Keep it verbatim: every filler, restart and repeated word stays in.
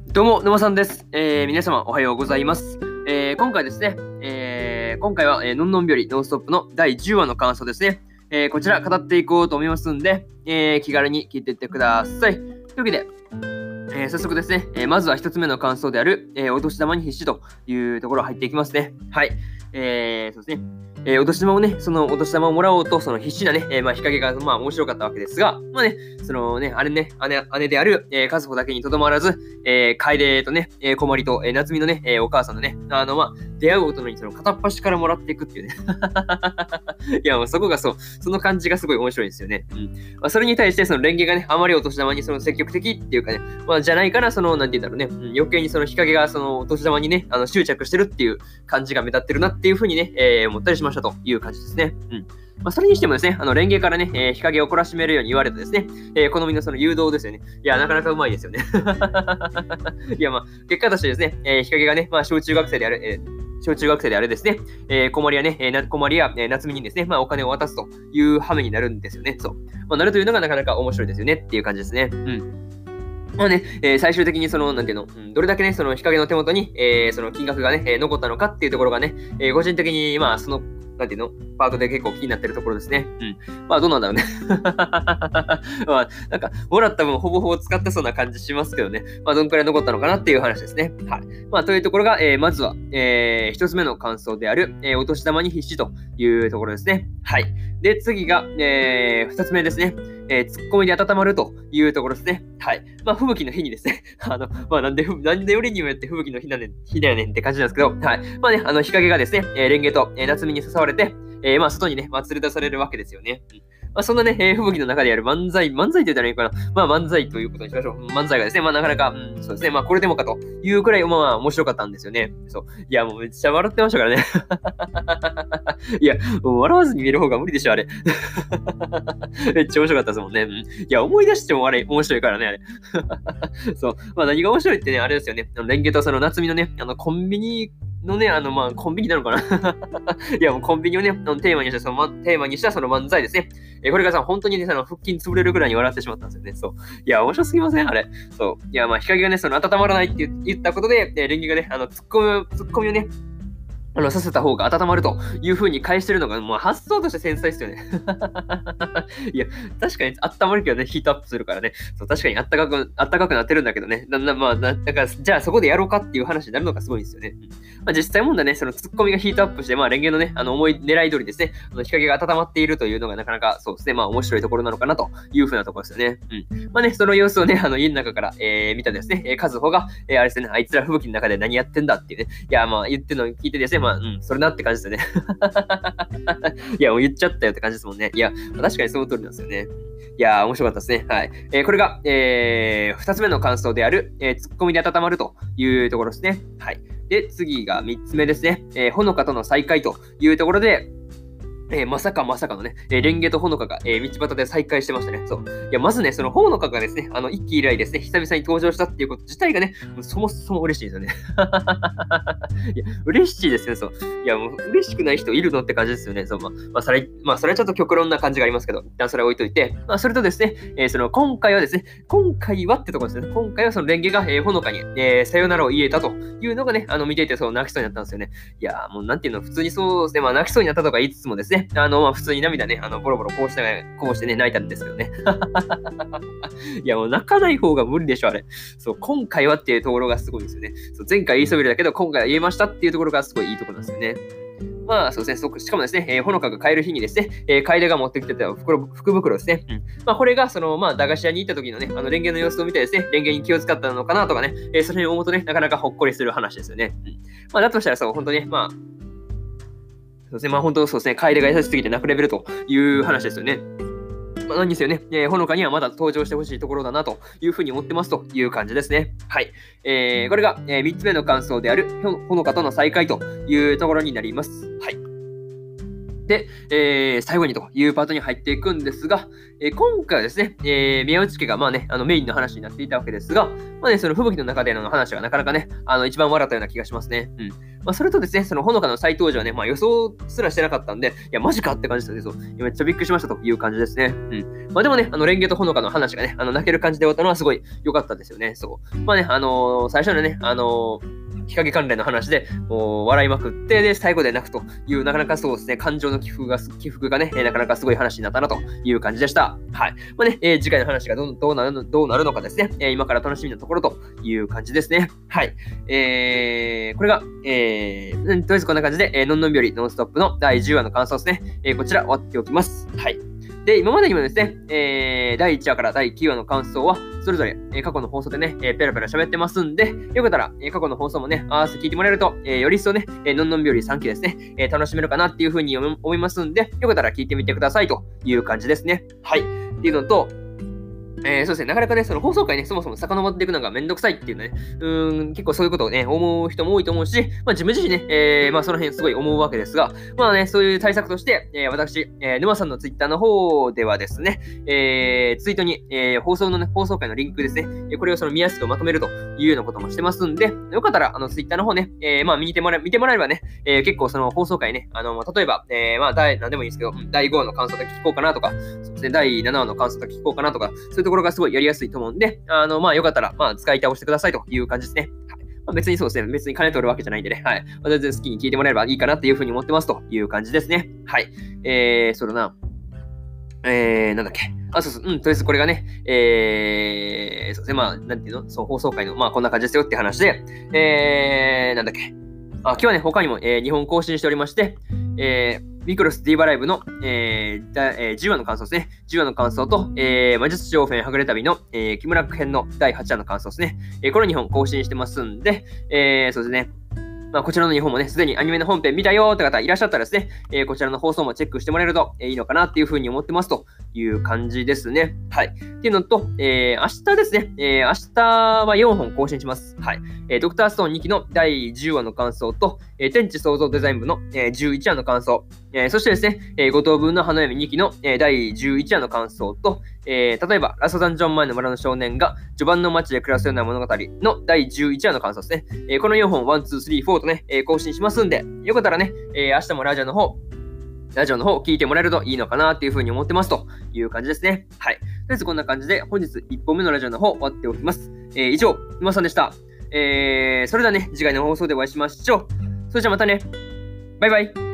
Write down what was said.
どうも、沼さんです。えー、皆様おはようございます。えー、今回ですね、えー、今回は、えー、のんのんびょりノンストップのだいじゅうわの感想ですね。えー、こちら語っていこうと思いますんで、えー、気軽に聞いていってください。というわけで、えー、早速ですね、えー、まずは一つ目の感想である、えー、お年玉に必死というところ入っていきますね。はい。えー、そうですね。えー、お年玉をね、そのお年玉をもらおうと、その必死なね、えー、まあ、日陰が、まあ、面白かったわけですが、まあね、そのね、あれね、姉、姉である、えー、和穂だけにとどまらず、えー、楓とね、えー、小森と、えー、夏美のね、えー、お母さんのね、あの、まあ、出会うごとにその片っ端からもらっていくっていうね。いや、もうそこがそう、その感じがすごい面白いんですよね。うん。まあ、それに対して、そのレンゲがね、あまりお年玉にその積極的っていうかね、まあ、じゃないから、その、なんて言うんだろうね、うん、余計にその日陰がそのお年玉にね、あの執着してるっていう感じが目立ってるなっていうふうにね、えー、思ったりしましたという感じですね。うん。まあ、それにしてもですね、あの、レンゲからね、えー、日陰を懲らしめるように言われてですね、えー、好みのその誘導ですよね。いや、なかなかうまいですよね。いや、まあ、結果としてですね、えー、日陰がね、まあ、小中学生である、えー小中学生であれですね、えー、小森やね、えー、小森や、えー、夏美にですね、まあ、お金を渡すという羽目になるんですよね。そう。まあ、なるというのがなかなか面白いですよねっていう感じですね。うん。まあね、えー、最終的にその、なんていうの、うん、どれだけね、その日陰の手元に、えー、その金額がね、えー、残ったのかっていうところがね、えー、個人的に、まあ、その、なんていうの、パートで結構気になってるところですね。うん。まあ、どうなんだろうね。まあ、なんか、もらった分ほぼほぼ使ってそうな感じしますけどね。まあ、どんくらい残ったのかなっていう話ですね。はい。まあ、というところが、えー、まずは、えー、一つ目の感想である、えー、お年玉に必死というところですね。はい。で、次が、えー、二つ目ですね。えー、ツッコミで温まるというところですね。はい。まあ、吹雪の日にですね、あの、まあ、なんで、なんでよりにもよって吹雪の日だねん、日だよねんって感じなんですけど、はい。まあね、あの、日陰がですね、えー、レンゲと、えー、夏美に誘われて、えー、まあ、外にね、まあ、連れ出されるわけですよね。うん。まあ、そんなね、えー、吹雪の中でやる漫才、漫才って言ったらいいかな。まあ、漫才ということにしましょう。漫才がですね、まあ、なかなか、うん、そうですね、まあ、これでもかというくらい、まあ、面白かったんですよね。そう。いや、もうめっちゃ笑ってましたからね。いや、もう笑わずに見る方が無理でしょ、あれ。めっちゃ面白かったですもんね。うん、いや、思い出してもあれ、面白いからね、あれ。そう。まあ、何が面白いってね、あれですよね。あのレンゲとその夏美のね、あの、コンビニのね、あの、まあ、コンビニなのかな。いや、もうコンビニをね、テーマにした、その、ま、テーマにしたその漫才ですね。えー、これがさ、本当にね、その、腹筋潰れるぐらいに笑ってしまったんですよね。そう。いや、面白すぎませんあれ。そう。いや、まあ、日陰がね、その、温まらないって言ったことで、えー、レンゲがね、あの、ツッコミを、ツッコミをね、あの、させた方が温まるという風に返してるのが、もう発想として繊細ですよね。いや、確かに温まるけどね、ヒートアップするからね。そう、確かに暖かく、暖かくなってるんだけどね。だんだん、まあ、だから、じゃあそこでやろうかっていう話になるのがすごいんですよね。うん、まあ、実際問題ね、そのツッコミがヒートアップして、まあ、レンゲのね、あの、思い、狙い通りですね、あの、日陰が温まっているというのがなかなか、そうですね、まあ、面白いところなのかなという風なところですよね。うん。まあね、その様子をね、あの、家の中から、えー、見たですね、えー、カズホが、えー、あれですね、あいつら吹雪の中で何やってんだっていうね、いや、まあ、言ってるのを聞いてですね、まあ、うん、それなって感じですよね。いや、もう言っちゃったよって感じですもんね。いや、確かにその通りなんですよね。いやー、面白かったですね。はい。えー、これが、えー、二つ目の感想である、えー、ツッコミで温まるというところですね。はい。で、次が三つ目ですね。えー、ほのかとの再会というところで、えー、まさかまさかのね、えー、レンゲとほのかが、えー、道端で再会してましたね。そう。いや、まずね、そのほのかがですね、あの、一期以来ですね、久々に登場したっていうこと自体がね、もうそもそも嬉しいですよね。いや、嬉しいですね、そう。いや、もう嬉しくない人いるのって感じですよね。そう、まあ、まあ、それ、まあ、それはちょっと極論な感じがありますけど、一旦それは置いといて、まあ、それとですね、えー、その、今回はですね、今回はってところですね、今回はそのレンゲが、えー、ほのかに、えー、さよならを言えたというのがね、あの、見ていて、そう、泣きそうになったんですよね。いや、もうなんていうの、普通にそうですね、まあ、泣きそうになったとか言いつつもですね、あの、まあ、普通に涙ね、あの、ボロボロこうして、こうしてね、泣いたんですけどね。いや、もう泣かない方が無理でしょ、あれ。そう、今回はっていうところがすごいですよね。そう、前回言いそびれだけど、今回は言えましたっていうところがすごいいいところなんですよね。まあ、そうですね。しかもですね、えー、ほのかが帰る日にですね、えー、楓が持ってきてた袋福袋ですね。うん。まあ、これが、その、まあ、駄菓子屋に行った時のね、あの、レンゲの様子を見てですね、レンゲに気を使ったのかなとかね、えー、それに思うとね、なかなかほっこりする話ですよね。うん。まあ、だとしたらそう、本当にね、まあ、そうですね、まあ、本当そうですね、楓が優しすぎて泣くレベルという話ですよね。まあ、なんですよね、えー、ほのかにはまだ登場してほしいところだなというふうに思ってますという感じですね。はい。えー、これが、えー、みっつめの感想であるほのかとの再会というところになります。はい。で、えー、最後にというパートに入っていくんですが、えー、今回はですね、えー、宮内家がまあね、あのメインの話になっていたわけですが、まあね、その吹雪の中での話がなかなかね、あの一番笑ったような気がしますね。うん。 まあ、それとですね、そのほのかの再登場はね、まあ、予想すらしてなかったんで、いや、マジかって感じですよね。そう。めっちゃびっくりしましたという感じですね。うん。まあ、でもね、あの、レンゲとほのかの話がね、あの、泣ける感じで終わったのはすごい良かったですよね。そう。まあね、あのー、最初のね、あのー、日陰関連の話で、もう笑いまくって、で、最後で泣くという、なかなかそうですね、感情の起伏が、起伏がね、なかなかすごい話になったなという感じでした。はい。まあね、えー、次回の話がどうどうなるのどうなるのかですね、えー、今から楽しみなところという感じですね。はい。えー、これが、えー、とりあえずこんな感じで、えー、のんのんびよりノンストップのだいじゅうわの感想ですね。えー、こちら終わっておきます。はい。で、今までにもですね、えー、だいいちわからだいきゅうわの感想は、それぞれ、えー、過去の放送でね、えー、ペラペラ喋ってますんで、よかったら、えー、過去の放送もね、合わせて聞いてもらえると、えー、より一層ね、えー、のんのんびよりさんきですね、えー、楽しめるかなっていうふうに思いますんで、よかったら聞いてみてくださいという感じですね。はい。っていうのと、えー、そうですね、なかなかね、その放送回ね、そもそも遡っていくのがめんどくさいっていうのね、うーん、結構そういうことをね、思う人も多いと思うし、まあ自分自身ね、えー、まあその辺すごい思うわけですが、まあね、そういう対策として、えー、私、えー、沼さんのツイッターの方ではですね、えー、ツイートに、えー、放送のね、放送回のリンクですね、これをその見やすくまとめるというようなこともしてますんで、よかったら、あの、ツイッターの方ね、えー、まあ見てもらえ、見てもらえればね、えー、結構その放送回ね、あの、例えば、えー、まあ、第、なんでもいいんですけど、だいごわの感想だけ聞こうかなとか、そうですね、だいななわの感想だけ聞こうかなとか、そういうところがすごいやりやすいと思うんで、あの、まあ、よかったら、まあ、使い倒してくださいという感じですね。はい。まあ、別にそうですね、別に金取るわけじゃないんでね、はい。まあ、全然好きに聞いてもらえればいいかなっていうふうに思ってますという感じですね。はい。えー、そうだな。えー、なんだっけ。あ、そうそう、うん、とりあえずこれがね、えー、そうですね、まあ、なんていうの、そう、放送回の、まあ、こんな感じですよって話で、えー、なんだっけ。あ、今日はね、他にも、えー、にほん更新しておりまして、えー、ミクロスディーバライブの、えーだえー、じゅうわの感想ですね。じゅうわの感想と、えー、魔術師オーフェンはぐれ旅の、えー、木村編のだいはちわの感想ですね。えー、このにほん更新してますんで、えー、そうですね。まあ、こちらのにほんもね、すでにアニメの本編見たよって方いらっしゃったらですね、えー、こちらの放送もチェックしてもらえると、えー、いいのかなっていうふうに思ってますという感じですね。はい。っていうのと、えー、明日ですね、えー、明日はよんほん更新します。はい。えー、ドクターストーンにきのだいじゅうわの感想と、えー、天地創造デザイン部の、えー、じゅういちわの感想、えー、そしてですね、えー、ご等分の花嫁にきの、えー、だいじゅういちわの感想と、えー、例えば、ラストダンジョン前の村の少年が序盤の街で暮らすような物語のだいじゅういちわの感想ですね。えー、このよんほん、いち、に、さん、よんとね、えー、更新しますんで、よかったらね、えー、明日もラジオの方、ラジオの方聞いてもらえるといいのかなっていうふうに思ってますという感じですね。はい。とりあえずこんな感じで本日いっぽんめのラジオの方終わっておきます。えー、以上、沼さんでした。えー、それではね、次回の放送でお会いしましょう。それじゃあまたね。バイバイ。